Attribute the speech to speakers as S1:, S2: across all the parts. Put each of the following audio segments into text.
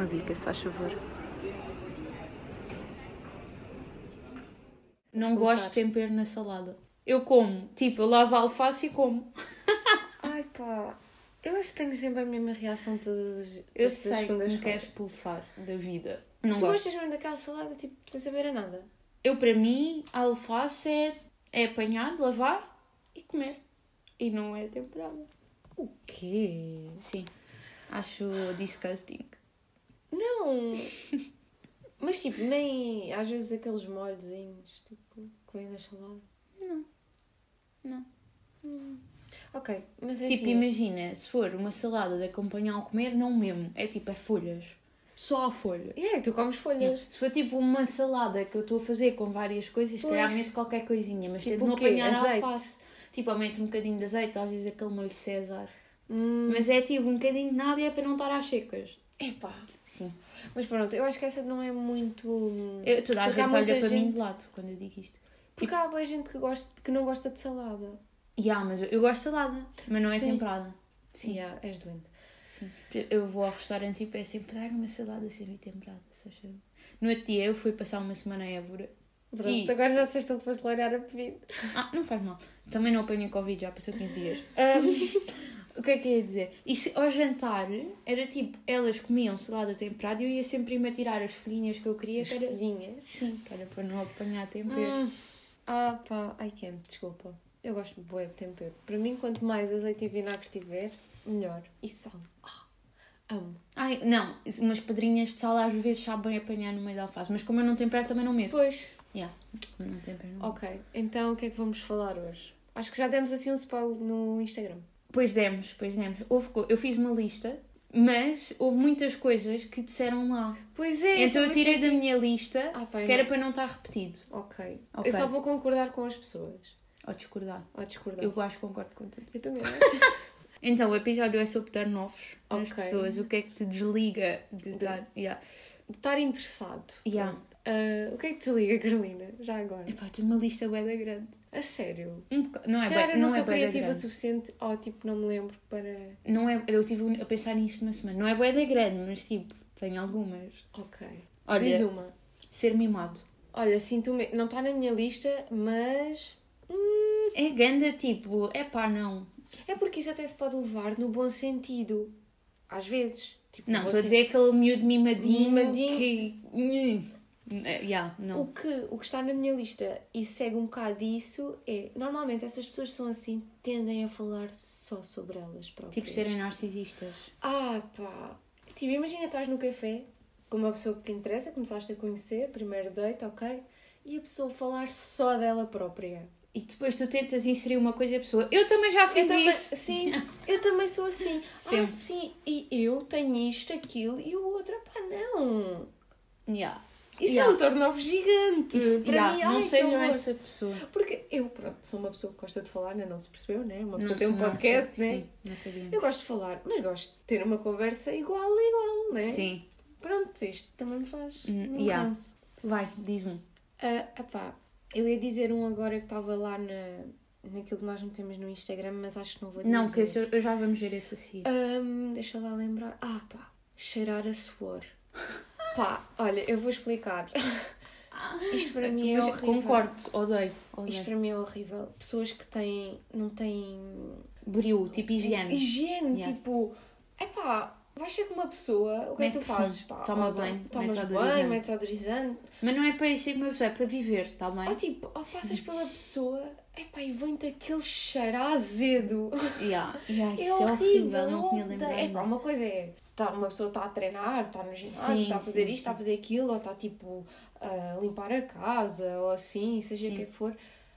S1: uma bica, se faz favor.
S2: Não gosto de tempero na salada. Eu como. Tipo, eu lavo a alface e como.
S1: Ai pá, eu acho que tenho sempre a mesma reação todas
S2: Eu
S1: as
S2: sei que me
S1: segundas-feiras.
S2: quer expulsar da vida. Não
S1: Tu
S2: gosto.
S1: gostas mesmo daquela salada, tipo, sem saber a nada?
S2: Eu, para mim, a alface é apanhar, lavar e comer. E não é temperada.
S1: O quê?
S2: Sim. Acho disgusting.
S1: Não! Mas tipo, nem às vezes aqueles molhozinhos, tipo, que vêm na salada.
S2: Não.
S1: Ok, mas é
S2: Tipo,
S1: assim...
S2: imagina, se for uma salada de acompanhar ao comer, não mesmo. É tipo, é folhas. Só a folha.
S1: Tu comes folhas.
S2: Se for tipo uma salada que eu estou a fazer com várias coisas, se calhar meto qualquer coisinha, mas
S1: Tipo
S2: tento não
S1: o quê?
S2: apanhar a
S1: Azeite?
S2: alface. Tipo, eu meto um bocadinho de azeite, às vezes aquele molho César.
S1: Hum.
S2: Mas é tipo um bocadinho de nada e é para não estar às secas.
S1: Epá.
S2: Sim.
S1: Mas pronto, eu acho que essa não é muito...
S2: Toda a
S1: Porque há
S2: gente olha
S1: muita
S2: para mim
S1: gente-
S2: de lado quando eu digo isto.
S1: Porque há boa gente que não gosta de salada.
S2: Mas eu gosto de salada, mas não é
S1: Sim.
S2: temperada. Sim.
S1: És doente.
S2: Sim. Eu vou ao restaurante e peço sempre, traga uma salada semi-temperada. No outro dia eu fui passar uma semana a Évora.
S1: Pronto, agora já disseste que foste olhar a pedido.
S2: Não faz mal. Também não apanhei Covid, já passou 15 dias. O que é que eu ia dizer? E ao jantar, era tipo, elas comiam salada temperada e eu ia sempre me tirar as folhinhas que eu queria.
S1: As
S2: que era...
S1: folhinhas?
S2: Sim, que era para não apanhar tempero.
S1: Ai quente, desculpa. Eu gosto de bué de tempero. Para mim, quanto mais azeite e vinagre tiver, melhor. E sal. Amo.
S2: Ai, não, umas pedrinhas de sal às vezes sabem apanhar no meio da alface, mas como eu não tempero, também não meto.
S1: Pois.
S2: Como não tempero, não meto.
S1: Ok, então o que é que vamos falar hoje? Acho que já demos assim um spoiler no Instagram.
S2: Pois demos. Eu fiz uma lista, mas houve muitas coisas que disseram lá.
S1: Pois é.
S2: Então eu tirei da minha lista, que era para não estar repetido.
S1: Ok. Eu só vou concordar com as pessoas.
S2: Ou discordar.
S1: discordar.
S2: Eu acho que concordo com tudo.
S1: Eu também acho.
S2: Então, o episódio é sobre dar novos às
S1: Ok.
S2: pessoas. O que é que te desliga de dar...
S1: Estar interessado.
S2: Yeah.
S1: O que é que te desliga, Carolina? Já agora.
S2: Epá, tenho uma lista bué da grande.
S1: A sério?
S2: Não
S1: Se
S2: é
S1: calhar
S2: bué,
S1: eu não
S2: não é
S1: sou
S2: bué da
S1: criativa
S2: grande.
S1: suficiente, ou tipo, não me lembro para...
S2: Não é, eu estive a pensar nisto uma semana. Não é bué da grande, mas tipo, tenho algumas.
S1: Ok.
S2: Olha,
S1: Diz uma.
S2: ser mimado.
S1: Olha, sinto-me... Não está na minha lista, mas...
S2: É ganda, tipo, não.
S1: É porque isso até se pode levar no bom sentido. Às vezes. Tipo,
S2: Não,
S1: no bom
S2: estou a dizer aquele miúdo mimadinho,
S1: Mimadinho.
S2: que... não.
S1: O que está na minha lista e segue um bocado disso é... Normalmente essas pessoas que são assim tendem a falar só sobre elas próprias.
S2: Tipo, serem narcisistas.
S1: Pá. Tipo, imagina estás no café com uma pessoa que te interessa, começaste a conhecer, primeiro date, ok? E a pessoa falar só dela própria.
S2: E depois tu tentas inserir uma coisa e a pessoa... Eu também já fiz isso.
S1: Sim, eu também sou assim.
S2: Sim.
S1: Sim, e eu tenho isto, aquilo, e o outro, não. Isso é um turn-off gigante. Para mim,
S2: não
S1: que
S2: sejam
S1: horror.
S2: essa pessoa.
S1: Porque eu, sou uma pessoa que gosta de falar, não se percebeu, né? Uma pessoa tem um podcast, né?
S2: Sim, não sabia.
S1: Eu gosto de falar, mas gosto de ter uma conversa igual, né?
S2: Sim.
S1: Pronto, isto também me faz canso.
S2: Vai, diz um.
S1: Eu ia dizer um agora que estava lá naquilo que nós metemos no Instagram, mas acho que não vou dizer.
S2: Não, que eu já vamos ver esse assim.
S1: Deixa lá lembrar. Cheirar a suor. Olha, eu vou explicar. Isto para mim é horrível.
S2: Concordo, odeio.
S1: Isto para mim é horrível. Pessoas que não têm...
S2: Brio, tipo higiene.
S1: Tipo... Vais ser com uma pessoa, o que é que tu fazes?
S2: Toma banho,
S1: tomas
S2: metes
S1: banho, metes odorizante.
S2: Mas não é para isso com uma pessoa, é para viver, está bem?
S1: Passas pela pessoa, e vem-te aquele cheiro azedo.
S2: Isso é horrível, não tinha lembrado.
S1: Uma coisa é, uma pessoa está a treinar, está no ginásio, está a fazer isto, está a fazer aquilo, ou está tipo a limpar a casa, ou assim, seja quem for.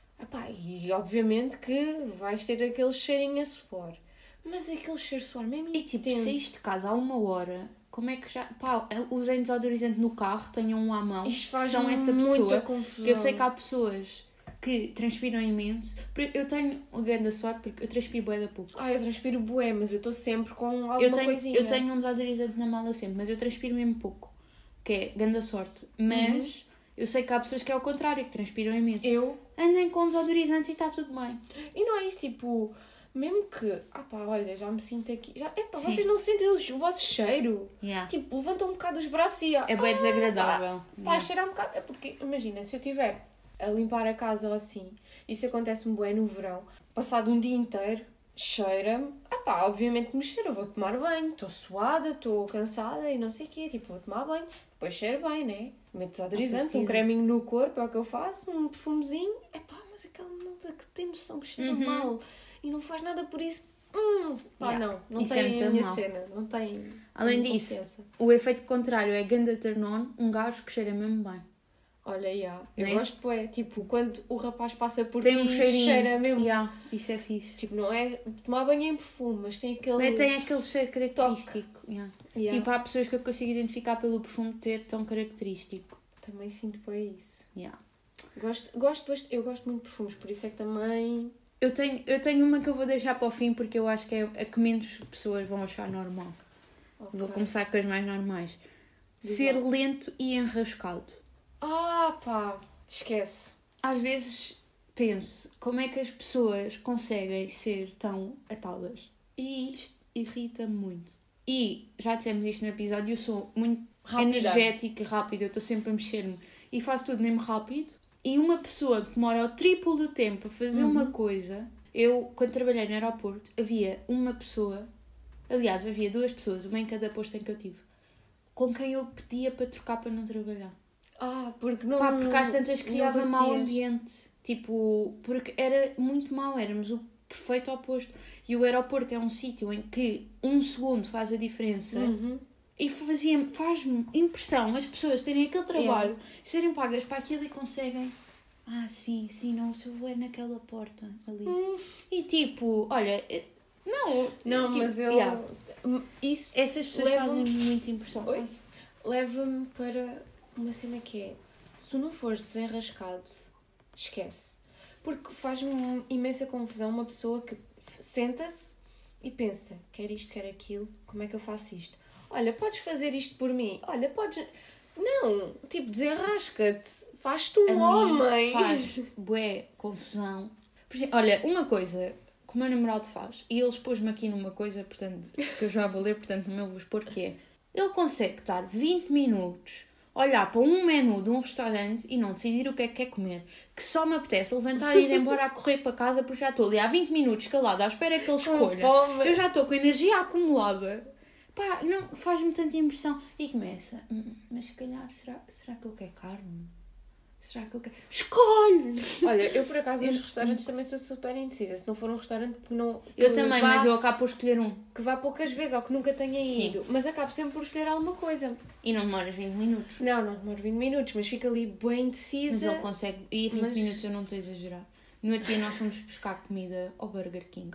S1: E obviamente que vais ter aquele cheirinho a suor. Mas aquele cheiro de suor mesmo
S2: E tipo, saíste de casa há 1 hora, como é que já... usem desodorizante no carro, tenham um à mão.
S1: Isto faz
S2: são essa
S1: muita
S2: pessoa.
S1: confusão.
S2: Eu sei que há pessoas que transpiram imenso. Eu tenho uma grande sorte porque eu transpiro bué da pouco.
S1: Eu transpiro bué, mas eu estou sempre com alguma coisinha.
S2: Eu tenho um desodorizante na mala sempre, mas eu transpiro mesmo pouco. Que é grande sorte. Mas eu sei que há pessoas que é o contrário, que transpiram imenso. Andem com desodorizante e está tudo bem.
S1: E não é isso, tipo... mesmo que, olha, já me sinto aqui. Vocês não sentem o vosso cheiro? Tipo, levantam um bocado os braços e...
S2: É bem desagradável.
S1: Está a cheirar um bocado. É porque, imagina, se eu estiver a limpar a casa ou assim, isso acontece-me bem no verão, passado um dia inteiro, cheira-me. Obviamente me cheira, eu vou tomar banho, estou suada, estou cansada e não sei o quê, tipo, vou tomar banho, depois cheiro bem, né? Meto desodorizante, um creminho no corpo, é o que eu faço, um perfumezinho, mas aquela malta que tem noção que cheira mal e não faz nada por isso, não
S2: isso
S1: tem a minha
S2: mal.
S1: cena, não tem.
S2: Além disso, o efeito contrário é ganda turn-on, um gajo que cheira mesmo bem.
S1: Olha, eu gosto, tipo, quando o rapaz passa por
S2: tem
S1: ti,
S2: um cheirinho.
S1: cheira mesmo.
S2: Isso é fixe.
S1: Tipo, não é tomar banho em perfume, mas tem aquele...
S2: Tem aquele cheiro característico. Tipo, há pessoas que eu consigo identificar pelo perfume ter tão característico.
S1: Também sinto bem isso. Eu gosto muito de perfumes, por isso é que também...
S2: Eu tenho uma que eu vou deixar para o fim, porque eu acho que é a que menos pessoas vão achar normal. Okay. Vou começar com as mais normais. Ser lento e enrascado.
S1: Esquece.
S2: Às vezes penso, como é que as pessoas conseguem ser tão atadas? E isto irrita-me muito. E, já dissemos isto no episódio, eu sou muito energética e rápida, eu estou sempre a mexer-me e faço tudo mesmo rápido. E uma pessoa que demora o triplo do tempo a fazer uma coisa... Eu, quando trabalhei no aeroporto, havia uma pessoa... Aliás, havia 2 pessoas, uma em cada posto em que eu tive, com quem eu pedia para trocar para não trabalhar.
S1: Porque não...
S2: Porque às tantas criava mau ambiente. Tipo, porque era muito mau, éramos o perfeito oposto. E o aeroporto é um sítio em que 1 segundo faz a diferença. E faz-me impressão as pessoas terem aquele trabalho, serem pagas para aquilo e conseguem... sim, não, se eu vou naquela porta ali. E tipo, olha...
S1: Não, mas eu... Isso
S2: essas pessoas fazem-me muita impressão.
S1: Leva-me para uma cena que é... Se tu não fores desenrascado, esquece. Porque faz-me imensa confusão uma pessoa que senta-se e pensa, quer isto, quer aquilo, como é que eu faço isto? Olha, podes fazer isto por mim? Olha, podes... Não, tipo, desenrasca-te. Faz-te um homem.
S2: Faz bué confusão. Por exemplo, olha, uma coisa que o meu namorado faz, e ele expôs-me aqui numa coisa, portanto, que eu já vou ler, portanto, não me vou expor, que é... Ele consegue estar 20 minutos, olhar para um menu de um restaurante e não decidir o que é que quer comer. Que só me apetece levantar e ir embora a correr para casa porque já estou ali há 20 minutos calada à espera que ele escolha. Eu já estou com energia acumulada. Não faz-me tanta impressão. E começa, mas se calhar, será que eu quero carne? Será que eu quero... Escolhe!
S1: Olha, eu por acaso nos restaurantes também sou super indecisa. Se não for um restaurante que não...
S2: Eu também, mas eu acabo por escolher um.
S1: Que vá poucas vezes ou que nunca tenha ido. Mas acabo sempre por escolher alguma coisa.
S2: E não demoras 20 minutos.
S1: Não demoro 20 minutos, mas fica ali bem indecisa.
S2: Mas ele consegue... E 20 minutos eu não estou a exagerar. No outro dia nós fomos buscar comida ao Burger King.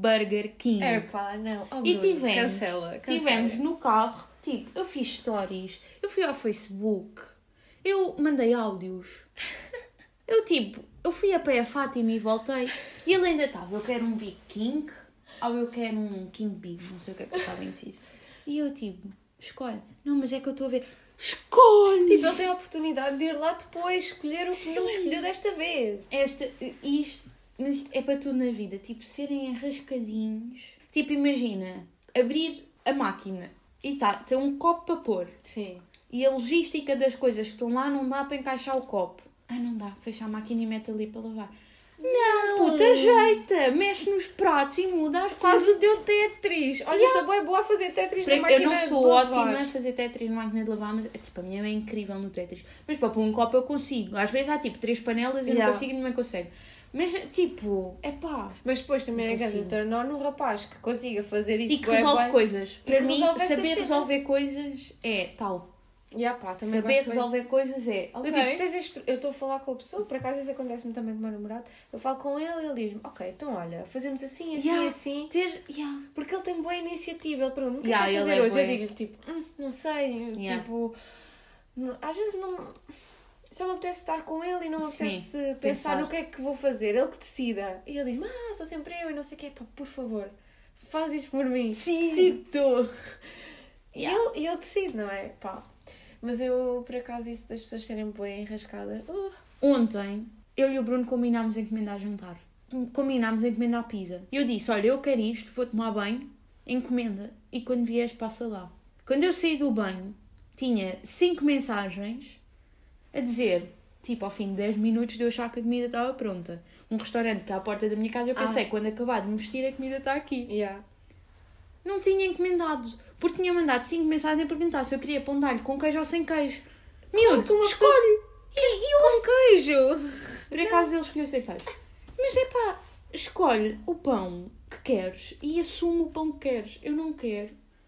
S1: Não.
S2: E
S1: Bruno, cancela.
S2: Tivemos no carro, tipo, eu fiz stories, eu fui ao Facebook, eu mandei áudios. Eu fui a pé a Fátima e voltei. E ele ainda estava, eu quero um Big King, ou eu quero um King Big, não sei o que é que eu estava indeciso. E eu escolhe. Não, mas é que eu estou a ver... Escolhe!
S1: Tipo, ele tem a oportunidade de ir lá depois escolher o que não escolheu desta vez.
S2: Isto é para tudo na vida. Tipo, serem enrascadinhos. Tipo, imagina, abrir a máquina e tem um copo para pôr.
S1: Sim.
S2: E a logística das coisas que estão lá não dá para encaixar o copo. Não dá. Fecha a máquina e mete ali para lavar. Não, puta, ajeita, mexe nos pratos e muda as
S1: Faz o teu Tetris. Olha, sou bem boa a fazer Tetris na máquina de lavar.
S2: Eu não sou ótima a fazer Tetris na máquina de lavar, mas tipo, a minha é incrível no Tetris. Mas para pôr um copo eu consigo. Às vezes há tipo 3 panelas e eu não consigo e ninguém consegue. Mas tipo,
S1: Mas depois também é grande turn-on um rapaz que consiga fazer isso.
S2: E que resolve coisas. Para mim, saber resolver coisas é tal.
S1: Também
S2: saber resolver coisas é...
S1: Eu estou a falar com a pessoa, por acaso isso acontece-me também com o meu namorado, eu falo com ele e ele diz-me, ok, então olha, fazemos assim, assim, porque ele tem boa iniciativa, ele pergunta, o que é que queres fazer hoje? Eu digo-lhe, tipo, não sei, tipo, às vezes não... Só me apetece estar com ele e não me apetece pensar no que é que vou fazer, ele que decida. E ele diz, sou sempre eu e não sei o quê, por favor, faz isso por mim, decide tu. E ele decide, não é? Mas eu, por acaso, isso das pessoas serem bem enrascadas...
S2: Ontem, eu e o Bruno combinámos encomendar jantar. combinámos a encomendar pizza. Eu disse, olha, eu quero isto, vou tomar banho, encomenda. E quando vieres, passa lá. Quando eu saí do banho, tinha 5 mensagens a dizer, tipo, ao fim de 10 minutos de eu achar que a comida estava pronta. Um restaurante que é à porta da minha casa, eu pensei, quando acabar de me vestir, a comida está aqui. Não tinha encomendado, porque tinha mandado 5 mensagens a perguntar se eu queria pão de alho com queijo ou sem queijo. Miúdo, escolhe!
S1: Com queijo!
S2: Por acaso ele escolheu sem queijo. Mas é pá, escolhe o pão que queres e assume o pão que queres. Eu não quero.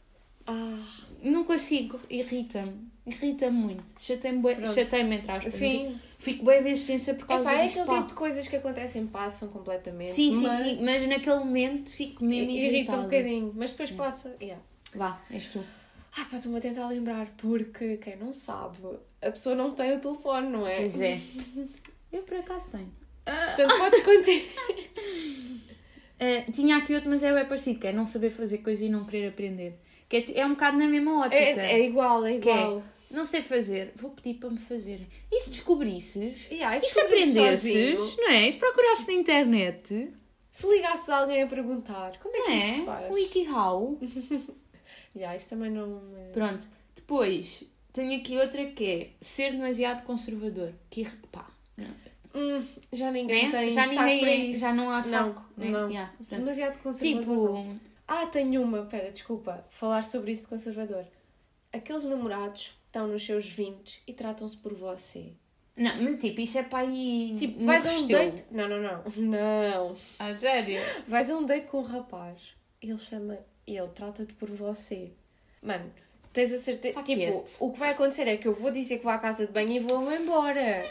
S2: Não consigo. Irrita-me muito. Chatei-me entre aspas.
S1: Sim.
S2: Fico bem resistência por causa disso.
S1: É aquele tipo de coisas que acontecem, passam completamente.
S2: Sim. Mas naquele momento fico mesmo irritada.
S1: Irrita um bocadinho, mas depois passa.
S2: Vá, és tu.
S1: Estou-me a tentar lembrar, porque quem não sabe, a pessoa não tem o telefone, não é?
S2: Pois é. Eu por acaso tenho.
S1: Portanto, podes continuar.
S2: Tinha aqui outro, mas é parecido, que é não saber fazer coisa e não querer aprender. Que é um bocado na mesma ótica.
S1: É igual.
S2: Não sei fazer, vou pedir para me fazer. E se descobrisses?
S1: E
S2: se aprendesses? Não é? E se procurasses na internet?
S1: Se ligasses a alguém a perguntar, como é que isso se faz?
S2: O WikiHow.
S1: Isso também não...
S2: Pronto. Depois, tenho aqui outra que é ser demasiado conservador. Que pá...
S1: já ninguém tem
S2: já
S1: saco para isso.
S2: Já não há saco.
S1: Não. Demasiado conservador.
S2: Tipo...
S1: tenho uma. Desculpa. Falar sobre isso de conservador. Aqueles namorados estão nos seus 20 e tratam-se por você.
S2: Não, mas tipo, isso é para ir...
S1: Tipo, vais a um date... Não.
S2: A sério?
S1: Vais a um date com um rapaz e ele trata-te por você. Mano, tens a certeza... o que vai acontecer é que eu vou dizer que vou à casa de banho e vou-me embora.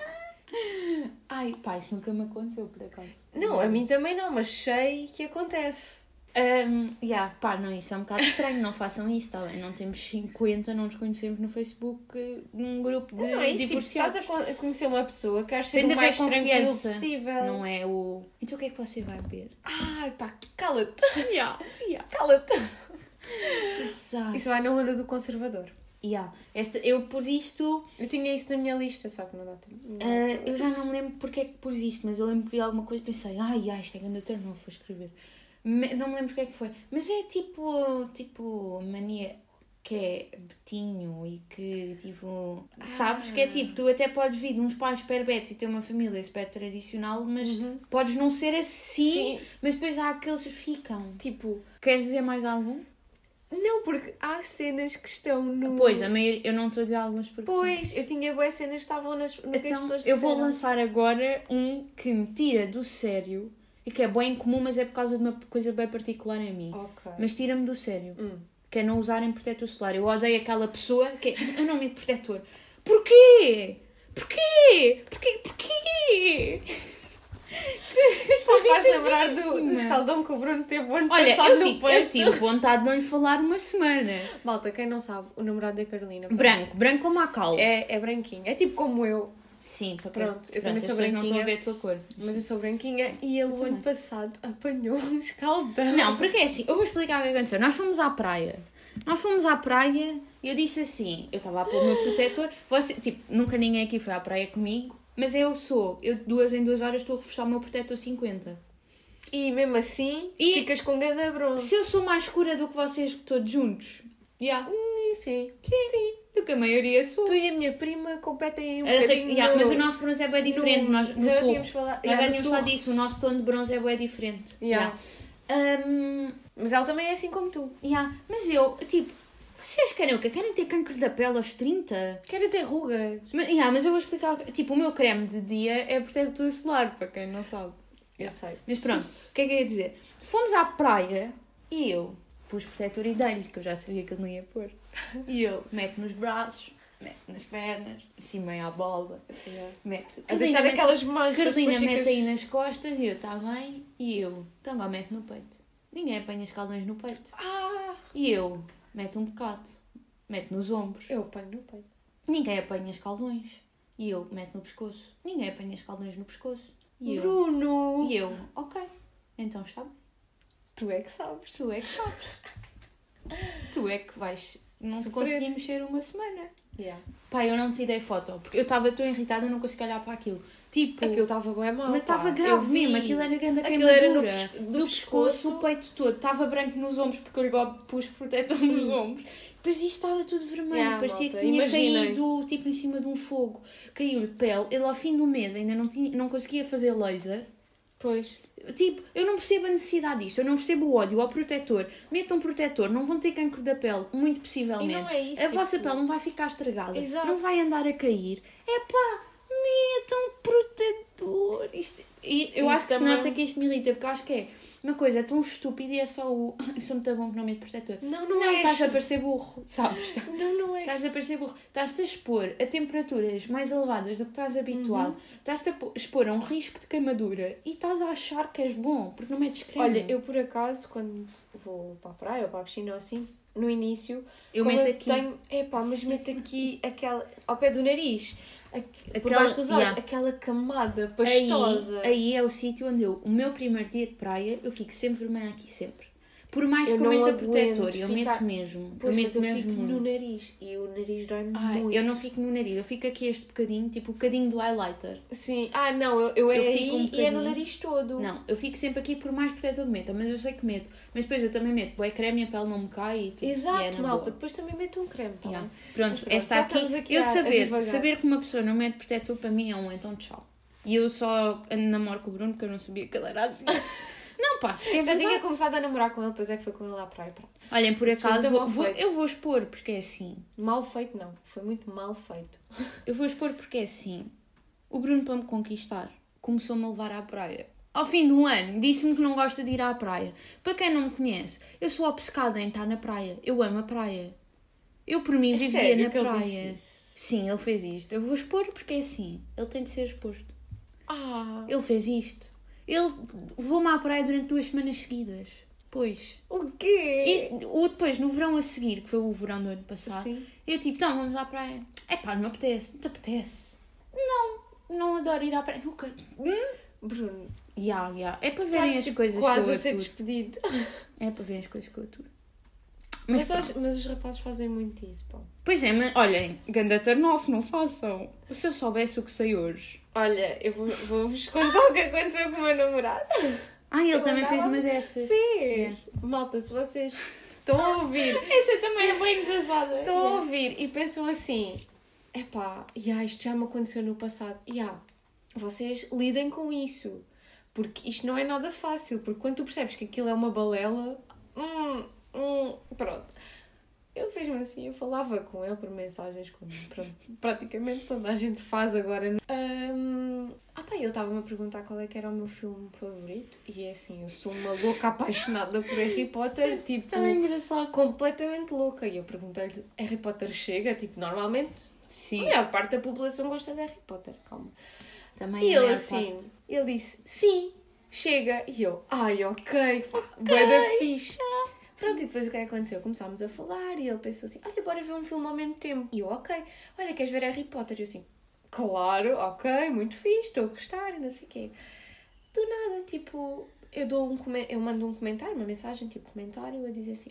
S2: Ai, pá, isso nunca me aconteceu, por acaso.
S1: Não, a mim também não, mas sei que acontece.
S2: Isso é um bocado estranho, não façam isso, tá bem? Não temos 50, não nos conhecemos no Facebook num grupo de divorciados.
S1: Tipo, estás a conhecer uma pessoa, queres ser o mais tranquilo possível.
S2: Não é o... Então o que é que você vai beber?
S1: Cala-te. Cala-te.
S2: Exato.
S1: Isso vai na onda do conservador.
S2: Eu pus isto...
S1: Eu tinha isso na minha lista, só que não dá tempo.
S2: Eu já não me lembro porque é que pus isto, mas eu lembro que vi alguma coisa e pensei, isto é grande turno, vou escrever. Não me lembro o que é que foi. Mas é tipo mania que é betinho e que tipo... Sabes que é tipo, tu até podes vir de uns pais super betos e ter uma família super tradicional, mas podes não ser assim, mas depois há aqueles que ficam.
S1: Tipo...
S2: Queres dizer mais algum?
S1: Não, porque há cenas que estão no...
S2: Pois, a maioria, eu não estou a dizer algumas porque...
S1: Pois, eu tinha boas cenas que estavam no que as pessoas disseram.
S2: Eu vou lançar agora um que me tira do sério e que é bem comum, mas é por causa de uma coisa bem particular em mim.
S1: Ok.
S2: Mas tira-me do sério. Que é não usarem protetor solar. Eu odeio aquela pessoa que é... Eu não meto protetor. Porquê?
S1: Só faz lembrar do escaldão que o Bruno teve o ano passado no peito.
S2: Eu tive vontade de não lhe falar uma semana.
S1: Malta, quem não sabe, o namorado da Carolina.
S2: Branco como a cal.
S1: É branquinho. É tipo como eu.
S2: Sim,
S1: pronto. Eu também sou branquinha.
S2: Não estou a ver a tua cor.
S1: Mas eu sou branquinha e ele o ano passado apanhou um escaldão.
S2: Não, porque é assim, eu vou explicar o que aconteceu. Nós fomos à praia e eu disse assim, eu estava a pôr o meu protetor, nunca ninguém aqui foi à praia comigo, mas eu 2 em 2 horas estou a reforçar o meu protetor 50.
S1: E mesmo assim, ficas com ganda bronze.
S2: Se eu sou mais escura do que vocês todos juntos.
S1: Sim.
S2: Do que a maioria sou.
S1: Tu e a minha prima competem um bocadinho
S2: mas o nosso bronze é bem diferente. Nós já
S1: tínhamos falado
S2: disso. O nosso tom de bronze é bem diferente.
S1: Mas ela também é assim como tu.
S2: Mas eu, vocês querem o quê? Querem ter cancro da pele aos 30?
S1: Querem ter rugas.
S2: Mas eu vou explicar. O meu creme de dia é protetor solar, para quem não sabe.
S1: Eu sei.
S2: Mas pronto, o que é que eu ia dizer? Fomos à praia e eu pus protetor e dei-lhe, que eu já sabia que ele não ia pôr. E eu meto nos braços, meto nas pernas, assim meio à bola.
S1: A deixar aquelas manchas.
S2: Carolina mete aí nas costas e eu, está bem? E eu, então agora mete no peito. Ninguém apanha escaldões no peito. E eu, mete um bocado, mete nos ombros.
S1: Eu apanho no peito.
S2: Ninguém apanha escaldões. E eu, mete no pescoço. Ninguém apanha escaldões no pescoço. E
S1: Bruno!
S2: E eu, ok, então está bem.
S1: Tu é que sabes.
S2: Tu é que vais não te consegui mexer uma semana.
S1: Yeah.
S2: Pá, eu não tirei foto, porque eu estava tão irritada, eu não conseguia olhar para aquilo. Tipo,
S1: aquilo estava bem mal.
S2: Mas estava grave mesmo, aquilo era grande
S1: aquilo era
S2: queimadura. Do pescoço, o peito todo. Estava branco nos ombros, porque eu lhe pus protetor nos ombros. Depois isto estava tudo vermelho, parecia que tinha caído tipo em cima de um fogo. Caiu-lhe pele. Ele ao fim do mês ainda não conseguia fazer laser.
S1: Pois.
S2: Tipo, eu não percebo a necessidade disto, eu não percebo o ódio ao protetor. Metam protetor, não vão ter cancro da pele, muito possivelmente.
S1: E não é isso,
S2: a vossa pele não vai ficar estragada,
S1: Exato.
S2: não vai andar a cair. Metam protetor. E eu acho que se nota que isto me irrita, porque eu acho que é uma coisa tão estúpida e é só o... Sou muito bom que não meto protetor.
S1: Não
S2: é. Estás a parecer burro, sabes?
S1: Não é.
S2: Estás a parecer burro. Estás-te a expor a temperaturas mais elevadas do que estás habituado. Estás-te a expor a um risco de queimadura e estás a achar que és bom, porque não metes creme.
S1: Olha, eu por acaso, quando vou para a praia ou para a piscina ou assim, no início...
S2: Eu meto aqui.
S1: Mas meto aqui aquela... Ao pé do nariz... Por baixo dos olhos, aquela camada pastosa.
S2: Aí é o sítio onde o meu primeiro dia de praia, eu fico sempre vermelha aqui, sempre. Por mais que eu meta protetor, eu meto mesmo.
S1: Pois, eu fico no nariz e o nariz dói-me muito.
S2: Eu não fico no nariz, eu fico aqui este bocadinho, tipo o bocadinho do highlighter.
S1: Sim, eu aí e é no nariz todo.
S2: Não, eu fico sempre aqui por mais protetor que meta, mas eu sei que meto. Mas depois eu também meto bué creme e a pele não me cai e tipo,
S1: exato, malta, depois também meto um creme, tá bem?
S2: Pronto, esta aqui eu saber que uma pessoa não mete protetor para mim é um então tchau. E eu só namoro com o Bruno porque eu não sabia que ele era assim. Não, pá,
S1: já tinha começado a namorar com ele, depois é que foi com ele à praia.
S2: Olhem, por acaso, eu vou expor, porque é assim.
S1: Mal feito, não. Foi muito mal feito.
S2: Eu vou expor porque é assim. O Bruno, para me conquistar, começou-me a levar à praia. Ao fim de um ano, disse-me que não gosta de ir à praia. Para quem não me conhece, eu sou obcecada em estar na praia. Eu amo a praia. Eu, por mim, vivia na praia. Sim, ele fez isto. Eu vou expor porque é assim. Ele tem de ser exposto. Ele fez isto. Ele levou-me à praia durante 2 semanas seguidas. Pois.
S1: O quê?
S2: E depois, no verão a seguir, que foi o verão do ano passado, sim, eu tipo, então, vamos à praia. Não me apetece. Não te apetece? Não adoro ir à praia. Nunca.
S1: Bruno.
S2: É para verem as coisas que eu
S1: quase a ser despedido.
S2: É para verem as coisas que eu aturo.
S1: Mas os rapazes fazem muito isso, pá.
S2: Pois é, mas olhem, ganda turn-off, não façam. Se eu soubesse o que sei hoje.
S1: Olha, eu vou-vos contar o que aconteceu com o meu namorado.
S2: Ele também fez uma dessas.
S1: Fez. Malta, se vocês estão a ouvir...
S2: Essa também é bem engraçada.
S1: Estão a ouvir e pensam assim... isto já me aconteceu no passado. Vocês lidem com isso. Porque isto não é nada fácil. Porque quando tu percebes que aquilo é uma balela... pronto. Ele fez-me assim, eu falava com ele por mensagens, como praticamente toda a gente faz agora. Ele estava-me a perguntar qual é que era o meu filme favorito. E é assim, eu sou uma louca apaixonada por Harry Potter, tipo...
S2: Tão engraçado.
S1: Completamente louca. E eu perguntei-lhe, Harry Potter chega? Tipo, normalmente,
S2: sim,
S1: a maior parte da população gosta de Harry Potter, calma.
S2: Também
S1: e ele assim, ele disse, sim, chega. E eu, ok, bué da fixe. Pronto, e depois o que é que aconteceu? Começámos a falar e ele pensou assim, olha, bora ver um filme ao mesmo tempo. E eu, ok, olha, queres ver Harry Potter? E eu assim, claro, ok, muito fixe, estou a gostar e não sei o quê. Do nada, tipo, eu mando um comentário, uma mensagem, tipo comentário, a dizer assim,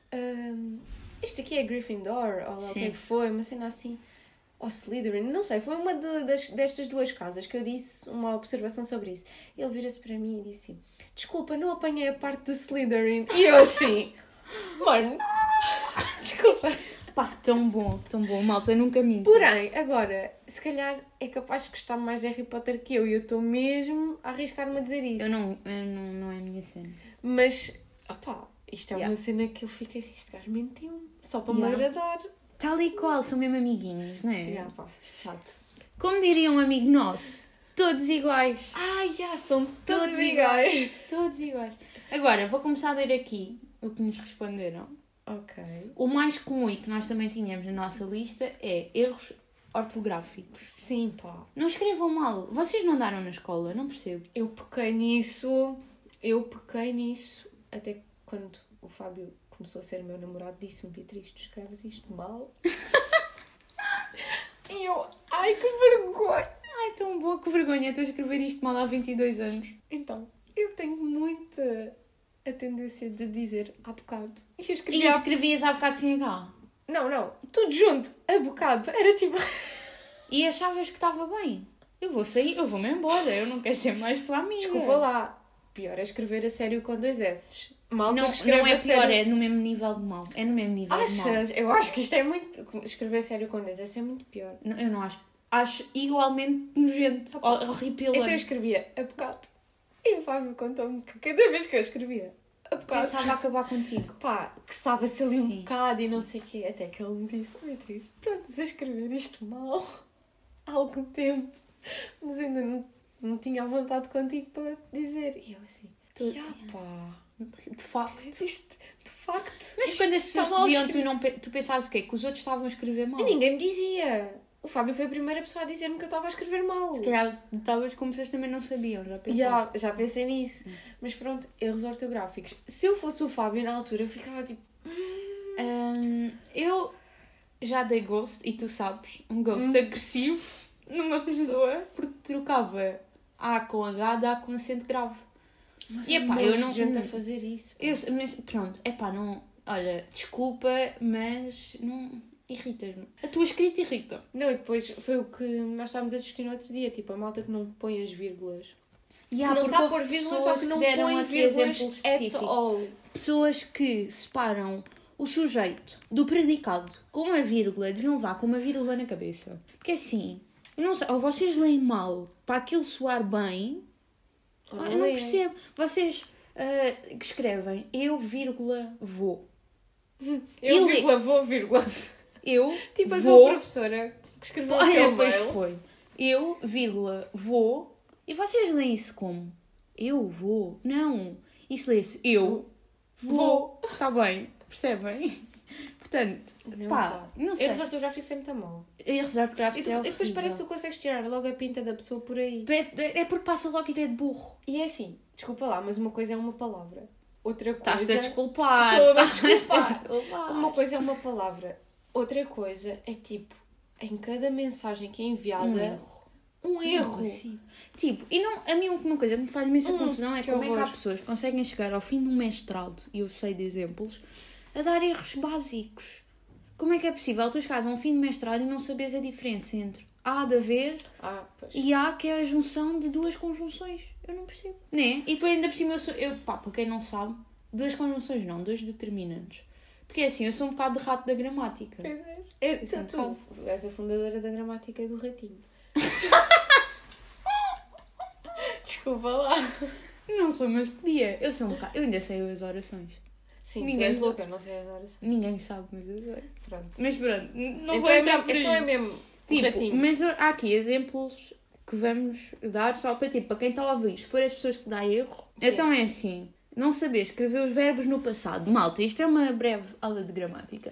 S1: isto aqui é Gryffindor, ou lá o que é que foi, uma cena assim, ou Slytherin, não sei, foi uma destas 2 casas que eu disse uma observação sobre isso. Ele vira-se para mim e disse assim, desculpa, não apanhei a parte do Slytherin. E eu assim, mano, desculpa.
S2: Pá, tão bom, malta, nunca minto.
S1: Porém, agora, se calhar é capaz de gostar mais de Harry Potter que eu, e eu estou mesmo a arriscar-me a dizer isso.
S2: Não é a minha cena.
S1: Mas, isto é uma cena que eu fiquei assim, este gajo mentiu-me, só para me agradar.
S2: Tal e qual, são mesmo amiguinhos, não é?
S1: Isto é chato.
S2: Como diria um amigo nosso, todos iguais.
S1: São todos iguais.
S2: Todos iguais. Agora, vou começar a ler aqui o que nos responderam.
S1: Ok.
S2: O mais comum e que nós também tínhamos na nossa lista é erros ortográficos.
S1: Sim, pá.
S2: Não escrevam mal. Vocês não andaram na escola, não percebo.
S1: Eu pequei nisso. Até quando o Fábio começou a ser meu namorado, disse-me, Beatriz, tu escreves isto mal? E eu, que vergonha.
S2: Tão boa, que vergonha. Estou a escrever isto mal há 22 anos.
S1: Então, eu tenho muita a tendência de dizer há bocado.
S2: E escrevias há bocado sem H?
S1: Não, tudo junto, a bocado. Era tipo...
S2: E achavas que estava bem. Eu vou sair, eu vou-me embora, eu não quero ser mais tua amiga.
S1: Desculpa lá. Pior é escrever a sério com 2 S.
S2: Malta não, que escreve não é pior, sério... é no mesmo nível de mal. É no mesmo nível de mal.
S1: Achas? Eu acho que isto é muito... Escrever a sério com 2 S é muito pior.
S2: Não, eu não acho. Acho igualmente nojento, horripilante.
S1: Então eu escrevia a bocado. E o Fábio contou-me que cada vez que eu escrevia a bocado...
S2: Pensava acabar contigo.
S1: Pá, que estava-se ali um bocado e não sei o quê. Até que ele me disse, Beatriz, tu andas a escrever isto mal há algum tempo. Mas ainda não tinha vontade contigo para dizer. E eu assim, pá...
S2: De facto.
S1: Isto, de facto.
S2: Mas quando as pessoas diziam, tu pensavas o quê? Que os outros estavam a escrever mal?
S1: E ninguém me dizia. O Fábio foi a primeira pessoa a dizer-me que eu estava a escrever mal.
S2: Se calhar estavas como vocês também não sabiam, já pensaste?
S1: Já pensei nisso. Mas pronto, erros ortográficos. Se eu fosse o Fábio na altura, eu ficava tipo...
S2: Eu já dei ghost, e tu sabes, um ghost agressivo numa pessoa, porque trocava A com H, dá com acento grave.
S1: Mas e epá, eu não gente a fazer isso.
S2: Mas pronto, epá, não... Olha, desculpa, mas não... Irritas-me. A tua escrita irrita.
S1: Não, e depois foi o que nós estávamos a discutir no outro dia. Tipo, a malta que não põe as vírgulas.
S2: Que não sabe pôr vírgulas, só que não põe vírgulas at all. Pessoas que separam o sujeito do predicado com uma vírgula, deviam levar com uma vírgula na cabeça. Porque assim, eu não sei, ou vocês leem mal para aquilo soar bem, eu não percebo. Vocês que escrevem eu, vírgula, vou.
S1: Eu, vírgula, vou, vírgula.
S2: Eu
S1: tipo
S2: vou...
S1: a tua professora que escreveu o teu
S2: depois
S1: mail.
S2: Foi. Eu, vírgula, vou. E vocês leem isso como? Eu vou. Não. Isso lê-se eu vou. Está bem. Percebem? Portanto, não sei.
S1: Erros ortográficos é muito mal.
S2: Erros ortográficos é horrível.
S1: E depois parece que tu consegues tirar logo a pinta da pessoa por aí.
S2: É porque passa logo a ideia de burro.
S1: E é assim, desculpa lá, mas uma coisa é uma palavra. Outra coisa...
S2: Estás-te a desculpar.
S1: Uma coisa é uma palavra. Outra coisa é tipo, em cada mensagem que é enviada... Um erro.
S2: Sim. Tipo, e não, a mim uma coisa que me faz imensa confusão é como é que há pessoas que conseguem chegar ao fim do mestrado, e eu sei de exemplos, a dar erros básicos. Como é que é possível tu chegares a um fim de mestrado e não sabes a diferença entre há de haver e há, que é a junção de 2 conjunções? Eu não percebo. Né? E depois ainda por cima para quem não sabe, 2 conjunções não, 2 determinantes. Porque é assim, eu sou um bocado de rato da gramática.
S1: Tu és a fundadora da gramática do ratinho. Desculpa lá.
S2: Não sou, mas podia. Eu sou um bocado... Eu ainda sei as orações.
S1: Sim, ninguém és louca, eu não sei as orações.
S2: Ninguém sabe, mas eu sei.
S1: Pronto.
S2: Mas pronto, não
S1: então
S2: vou entrar por aí.
S1: Então é mesmo
S2: tipo,
S1: ratinho.
S2: mas há aqui exemplos que vamos dar só para, tipo, para quem está a ouvir. Se for as pessoas que dá erro, sim. Então é assim. Não saber escrever os verbos no passado. Malta, isto é uma breve aula de gramática.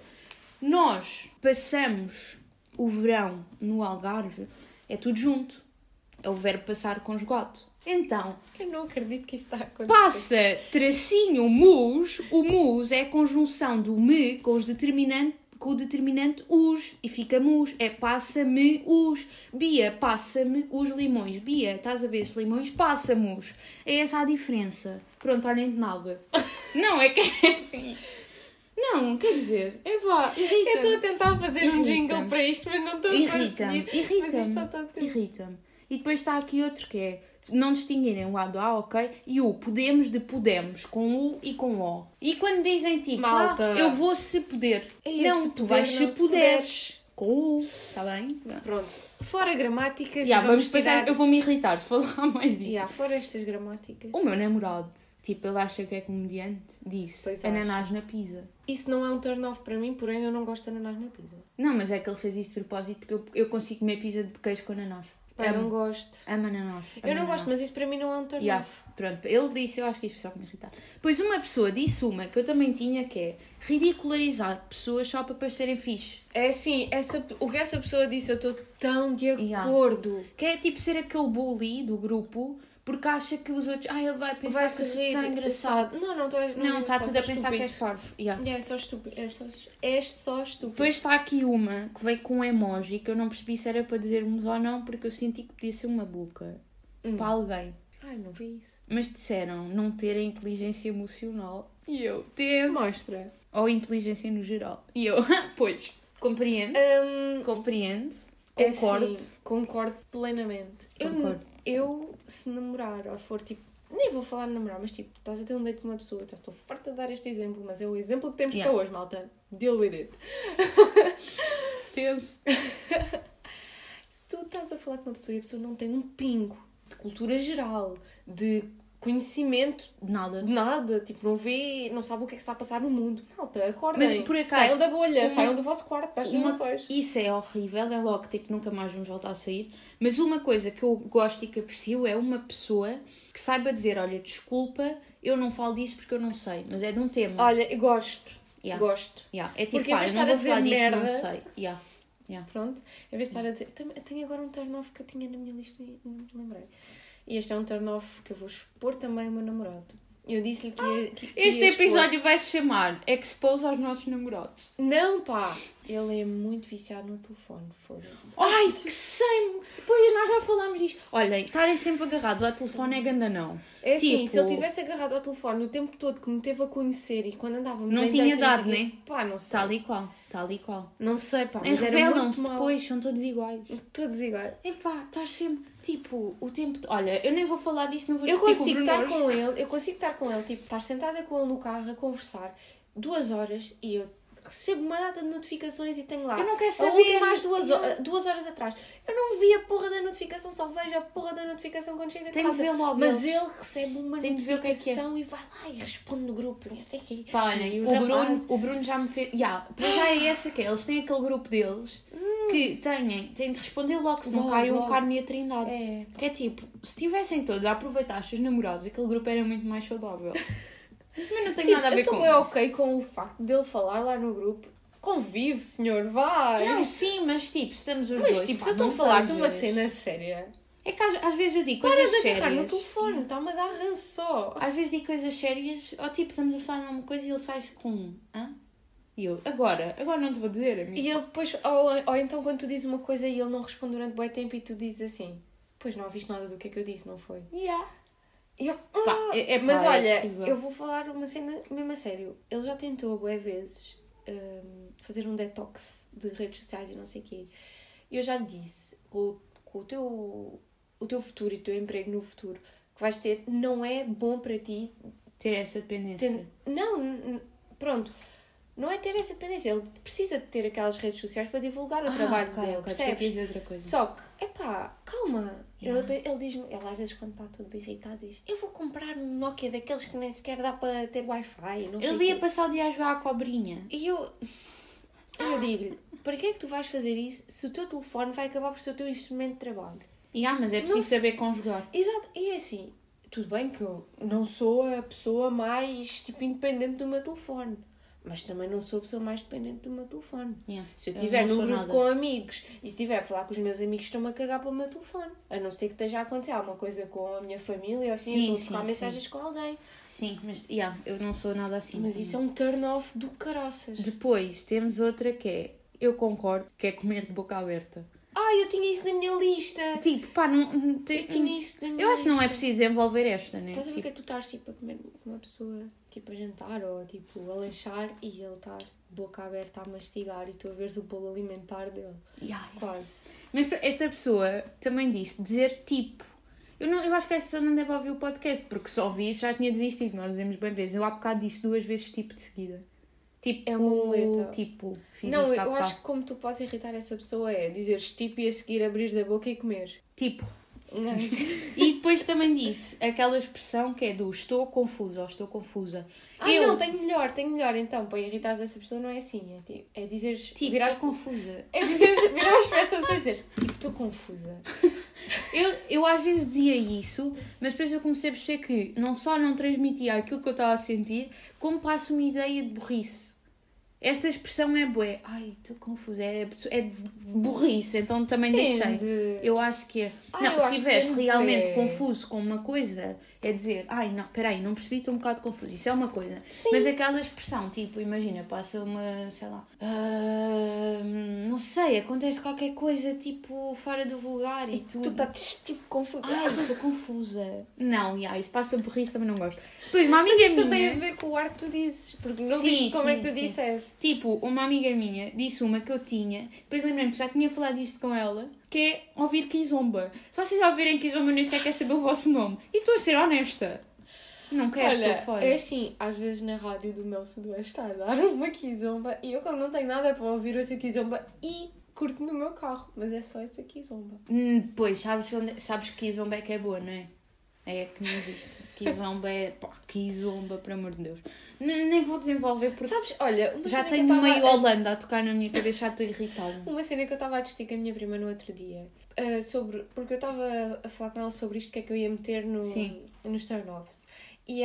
S2: Nós passamos o verão no Algarve, é tudo junto. É o verbo passar conjugado. Então...
S1: Eu não acredito que isto está a acontecer.
S2: Passa, tracinho, mus. O mus é a conjunção do me com o determinante us. E fica mus. É passa-me us. Bia, passa-me os limões. Bia, estás a ver esses limões? Passa-mus. É essa a diferença. Pronto, olhem de nada. Não, é que é assim... Não, quer dizer, irrita-me.
S1: Eu estou a tentar fazer um jingle para isto, mas não estou a conseguir.
S2: Irrita-me. E depois está aqui outro que é não distinguirem o A do A, ok? E o podemos de podemos, com U e com O. E quando dizem tipo,
S1: malta,
S2: eu vou se poder. Não, tu vais se puderes. Com U, está bem?
S1: Pronto. Fora gramáticas,
S2: vamos pensar, eu vou-me irritar de falar mais disso.
S1: Fora estas gramáticas.
S2: O meu namorado, tipo, ele acha que é comediante, disse ananás na pizza.
S1: Isso não é um turn-off para mim, porém eu não gosto de ananás na pizza.
S2: Não, mas é que ele fez isso de propósito porque eu consigo comer pizza de queijo com ananás.
S1: Eu não gosto.
S2: Amo ananás.
S1: Eu não gosto, mas isso para mim não é um turn-off.
S2: Pronto, ele disse, eu acho que isso foi só para me irritar. Pois uma pessoa disse uma que eu também tinha, que é ridicularizar pessoas só para parecerem fixe.
S1: É assim, o que essa pessoa disse, eu estou tão de acordo.
S2: Que é tipo ser aquele bully do grupo, porque acha que os outros... ele vai pensar que está engraçado.
S1: Não,
S2: está tudo a pensar que és parvo.
S1: É só estúpido. És só estúpido.
S2: Depois está aqui uma que veio com um emoji, que eu não percebi se era para dizermos ou não, porque eu senti que podia ser uma boca. Para alguém.
S1: Ai, não vi isso.
S2: Mas disseram não ter a inteligência emocional. E eu, tenso.
S1: Mostra.
S2: Ou inteligência no geral? E eu, pois, compreendo, concordo.
S1: É assim, concordo plenamente.
S2: Concordo.
S1: Eu, se namorar, ou for tipo, nem vou falar de namorar, mas tipo, estás a ter um date com uma pessoa, já estou farta de dar este exemplo, mas é o exemplo que temos para hoje, malta. Deal with it.
S2: Penso.
S1: Se tu estás a falar com uma pessoa e a pessoa não tem um pingo de cultura geral, de conhecimento de nada, tipo, não vê, não sabe o que é que está a passar no mundo. Malta, acordem,
S2: mas, por acaso,
S1: saiam da bolha, saiam do vosso quarto, para as relações.
S2: Isso é horrível, é logo, tipo, nunca mais vamos voltar a sair. Mas uma coisa que eu gosto e que aprecio é uma pessoa que saiba dizer, olha, desculpa, eu não falo disso porque eu não sei, mas é de um tema.
S1: Olha, eu gosto. Gosto.
S2: É tipo, pá, eu não vou falar disso, não sei.
S1: Pronto, em vez de estar a dizer, tenho agora um turn off que eu tinha na minha lista e não me lembrei. E este é um turn off que eu vou expor também ao meu namorado. Eu disse-lhe que
S2: este episódio vai se chamar Expose aos nossos namorados.
S1: Não, pá! Ele é muito viciado no telefone, foda-se.
S2: Ai, que sem... Pois, nós já falámos disto. Olhem, estarem sempre agarrados ao telefone é ganda não.
S1: É assim, se ele tivesse agarrado ao telefone o tempo todo que me teve a conhecer e quando andávamos
S2: não tinha dado,
S1: né? Pá, não sei.
S2: Tal e qual.
S1: Não sei, pá.
S2: Mas revelam-se depois, são todos iguais.
S1: Todos iguais.
S2: É pá, estás sempre, tipo, o tempo... Olha, eu nem vou falar disto, não vou
S1: eu
S2: discutir
S1: consigo estar com ele, eu consigo estar com ele, tipo, estar sentada com ele no carro a conversar 2 horas e eu recebo uma data de notificações e tenho lá.
S2: Eu não quero saber.
S1: A última às 2 horas atrás. Eu não vi a porra da notificação, só vejo a porra da notificação quando chega a casa.
S2: Tenho de ver logo.
S1: Mas ele recebe uma notificação
S2: que é.
S1: E vai lá e responde no grupo. Não sei o quê.
S2: Pá, olhem, o Bruno já me fez... Já é essa que é. Eles têm aquele grupo deles que têm de responder logo, senão cai um carne e a trindade.
S1: É.
S2: Que é tipo, se tivessem todos a aproveitar os seus namorados, aquele grupo era muito mais saudável. Mas também não tem nada a ver com isso.
S1: Eu estou ok com o facto dele falar lá no grupo. Convive, senhor, vai!
S2: Não, sim, mas tipo, se estamos os dois...
S1: Mas tipo, se eu estou a falar de uma cena séria...
S2: É que às vezes eu digo coisas sérias...
S1: Para de agarrar no telefone, está-me a dar ranço só.
S2: Às vezes digo coisas sérias, ou tipo, estamos a falar de uma coisa e ele sai-se com hã? E eu, agora não te vou dizer, amigo.
S1: E ele depois, ou então quando tu dizes uma coisa e ele não responde durante bom tempo e tu dizes assim, pois não ouviste nada do que é que eu disse, não foi? E eu, mas olha, eu vou falar uma cena mesmo a sério. Ele já tentou, bué vezes, fazer um detox de redes sociais e não sei o quê. E eu já lhe disse, com o teu futuro e o teu emprego no futuro que vais ter, não é bom para ti
S2: ter essa dependência.
S1: Pronto. Não é ter essa dependência, ele precisa de ter aquelas redes sociais para divulgar o trabalho dele, percebes?
S2: Outra coisa.
S1: Só que, calma, ele diz-me, ele às vezes quando está todo irritado diz, eu vou comprar um Nokia daqueles que nem sequer dá para ter Wi-Fi, não sei.
S2: Ele ia passar o dia a jogar à cobrinha.
S1: E eu digo-lhe, para que é que tu vais fazer isso se o teu telefone vai acabar por ser o teu instrumento de trabalho?
S2: Mas é preciso saber conjugar.
S1: Exato, e é assim, tudo bem que eu não sou a pessoa mais, tipo, independente do meu telefone. Mas também não sou a pessoa mais dependente do meu telefone. Se eu estiver num grupo com amigos e se estiver a falar com os meus amigos, estão-me a cagar para o meu telefone. A não ser que esteja a acontecer alguma coisa com a minha família ou assim, ou trocar mensagens com alguém.
S2: Sim, mas eu não sou nada assim.
S1: Mas isso é um turn off do caraças.
S2: Depois temos outra que é, eu concordo, que é comer de boca aberta.
S1: Eu tinha isso na minha lista.
S2: Tipo, pá, não...
S1: Eu tinha isso na minha lista.
S2: Eu acho que não é preciso desenvolver esta, né?
S1: Estás a ver que tu estás, tipo, a comer com uma pessoa, tipo, a jantar ou, tipo, a lanchar e ele está de boca aberta a mastigar e tu a veres o bolo alimentar dele. Quase.
S2: Mas esta pessoa também disse dizer tipo. Eu acho que esta pessoa não deve ouvir o podcast, porque só ouvi isso já tinha desistido. Nós dizemos bem vezes. Eu há bocado disse 2 vezes tipo de seguida. Tipo,
S1: é uma muleta.
S2: Tipo, fiz
S1: não,
S2: isto
S1: eu acho que como tu podes irritar essa pessoa é dizeres tipo e a seguir abrires a boca e comer.
S2: Tipo. E depois também disse aquela expressão que é do estou confusa ou estou confusa.
S1: Não, tenho melhor então, para irritares essa pessoa não é assim, é dizeres...
S2: Tipo, virás confusa.
S1: É dizeres, virares para essa pessoa e dizeres, tipo, estou confusa.
S2: Eu às vezes dizia isso, mas depois eu comecei a perceber que não só não transmitia aquilo que eu estava a sentir, como passo uma ideia de burrice. Esta expressão é bué. Ai, estou confusa. É de burrice, então também deixei. Eu acho que é... Não, se estiveres realmente confuso com uma coisa, é dizer... Não, peraí, não percebi, estou um bocado confuso. Isso é uma coisa.
S1: Sim.
S2: Mas aquela expressão, tipo, imagina, passa uma, sei lá... não sei, acontece qualquer coisa, tipo, fora do vulgar e tudo.
S1: Tu estás, tipo, confusa.
S2: Ai, estou confusa. Não, isso passa por isso, também não gosto. Depois, uma amiga
S1: Mas isso
S2: minha...
S1: também tem a ver com o ar que tu dizes, porque não viste como é que tu disseste.
S2: Tipo, uma amiga minha disse uma que eu tinha, depois lembrei-me que já tinha falado disto com ela, que é ouvir Kizomba. Se vocês ouvirem Kizomba, nem sequer quer saber o vosso nome. E estou a ser honesta. Não quero, estou fora.
S1: É assim, às vezes na rádio do meu sudoeste está a dar uma Kizomba e eu, como não tenho nada para ouvir essa Kizomba e curto no meu carro, mas é só essa Kizomba.
S2: Pois, sabes que Kizomba é que é boa, não é? É que não existe. Kizomba é... Pá, Kizomba, por amor de Deus. Nem vou desenvolver porque...
S1: Sabes, olha...
S2: Já tenho meio Holanda a tocar na minha cabeça, já estou irritada.
S1: Uma cena que eu estava a discutir com a minha prima no outro dia. Porque eu estava a falar com ela sobre isto, que é que eu ia meter nos turn-offs. E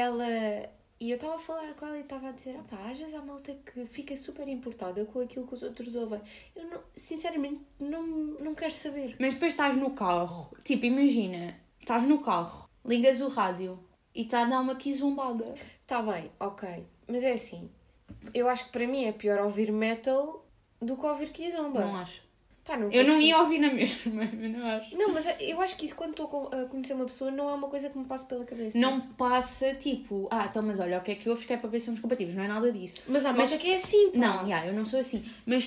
S1: eu estava a falar com ela e estava a dizer, às vezes há malta que fica super importada com aquilo que os outros ouvem. Eu, sinceramente, não quero saber.
S2: Mas depois estás no carro. Tipo, imagina, estás no carro, ligas o rádio e está a dar uma quizombada.
S1: Está bem, ok. Mas é assim, eu acho que para mim é pior ouvir metal do que ouvir kizomba.
S2: Não acho.
S1: Pá, não
S2: eu não ia ouvir na mesma, não acho.
S1: Não, mas eu acho que isso quando estou a conhecer uma pessoa não é uma coisa que me passa pela cabeça.
S2: Não passa tipo, então mas olha, o que é que ouves que é para ver se somos compatíveis, não é nada disso.
S1: Mas há malta que é assim, pá.
S2: Não, eu não sou assim. Mas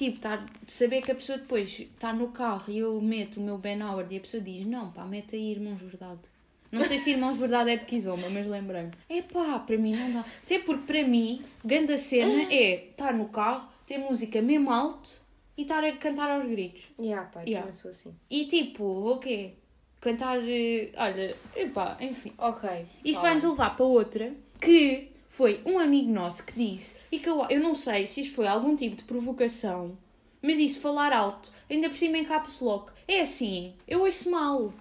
S2: saber que a pessoa depois está no carro e eu meto o meu Ben Howard e a pessoa diz, não pá, mete aí Irmãos Verdade. Não sei se Irmãos Verdade é de Kizomba, mas lembrei-me. Para mim não dá. Até porque para mim, grande cena é estar no carro, ter música mesmo alto e estar a cantar aos gritos.
S1: Eu sou assim.
S2: E tipo, o quê? Cantar, olha, enfim.
S1: Ok.
S2: Isto vai-nos levar para outra, que foi um amigo nosso que disse, e que eu não sei se isto foi algum tipo de provocação, mas disse falar alto, ainda por cima em caps lock. É assim, eu ouço mal,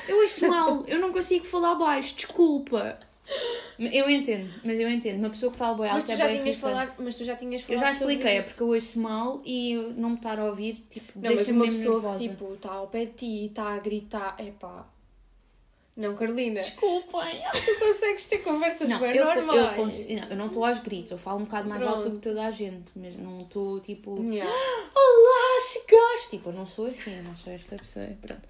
S2: eu não consigo falar baixo, desculpa. Eu entendo. Uma pessoa que fala bem alto é bem irritante.
S1: Mas tu já tinhas falado.
S2: Eu já expliquei, é porque eu ouço mal e eu não me estar a ouvir, tipo,
S1: não,
S2: deixa-me mesmo
S1: pessoa
S2: nervosa.
S1: Que, tipo, está ao pé de ti e está a gritar, Não, Carolina.
S2: Desculpem.
S1: Tu consegues ter conversas bem normais.
S2: Eu não estou aos gritos, eu falo um bocado mais alto do que toda a gente, mas não estou, tipo...
S1: Yeah.
S2: Olá, se gosto! Tipo, eu não sou assim, não sou esta pessoa, pronto.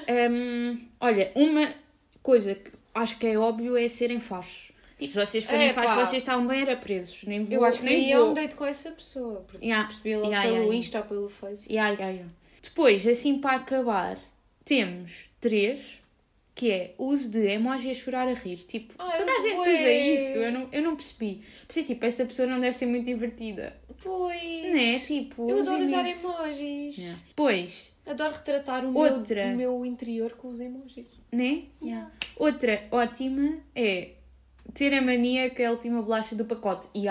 S2: Olha, uma coisa que acho que é óbvio é serem fachos. Tipo, se vocês forem fachos, vocês estavam bem era presos.
S1: Eu acho que nem eu um date com essa pessoa. Porque percebi logo pelo Insta ou pelo Face.
S2: Depois, assim para acabar, temos 3, que é o uso de emoji a chorar a rir. Tipo, toda a gente usa isto. Eu não percebi. Pensei, tipo, esta pessoa não deve ser muito divertida.
S1: Pois.
S2: Não é? Tipo,
S1: eu adoro usar emojis.
S2: Pois.
S1: Adoro retratar o meu interior com os emojis.
S2: Né? Outra ótima é ter a mania que é a última bolacha do pacote. E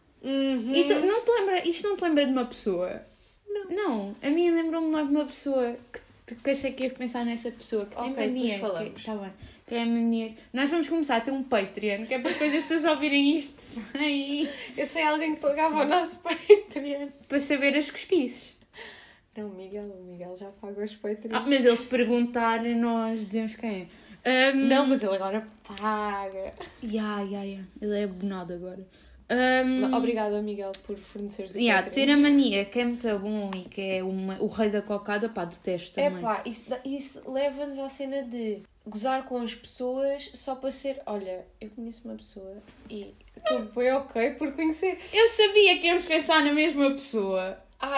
S2: não te lembra, isto não te lembra de uma pessoa? Não. A minha lembrou-me logo de uma pessoa que achei que ia pensar nessa pessoa que tem mania. Está bem. Que é a mania. Nós vamos começar a ter um Patreon, que é para depois as pessoas ouvirem isto sem...
S1: Eu sei alguém que pagava o nosso Patreon.
S2: Para saber as cosquices.
S1: Não, o Miguel já paga os Patreons.
S2: Mas ele se perguntar, nós dizemos quem é.
S1: Não, mas ele agora paga.
S2: Ele é abonado agora.
S1: Obrigada, Miguel, por forneceres o Patreon.
S2: Ter a mania que é muito bom e que é o rei da cocada, detesto também.
S1: Isso leva-nos à cena de gozar com as pessoas só para ser... Olha, eu conheço uma pessoa e estou bem ok por conhecer.
S2: Eu sabia que íamos pensar na mesma pessoa.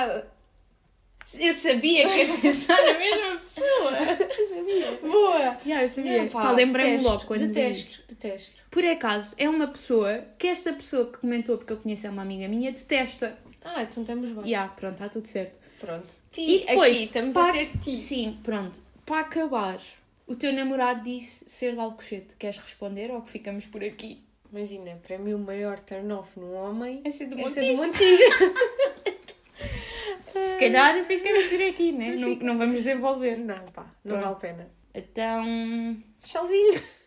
S2: Eu sabia que ias pensar na mesma pessoa.
S1: Eu sabia. Boa.
S2: Eu sabia. Lembrei-me logo quando
S1: detesto.
S2: Por acaso, é uma pessoa que esta pessoa que comentou, porque eu conheço, é uma amiga minha, detesta.
S1: Então estamos bem.
S2: Pronto, está tudo certo.
S1: Pronto.
S2: E depois,
S1: aqui estamos a ter ti.
S2: Sim, pronto. Para acabar, o teu namorado disse ser de Alcochete. Queres responder ou que ficamos por aqui?
S1: Imagina, para mim o maior turn-off num homem
S2: é ser do
S1: Montijo.
S2: Se calhar ficamos por aqui, né? Não vamos desenvolver.
S1: Não vale a pena.
S2: Então...
S1: Tchauzinho.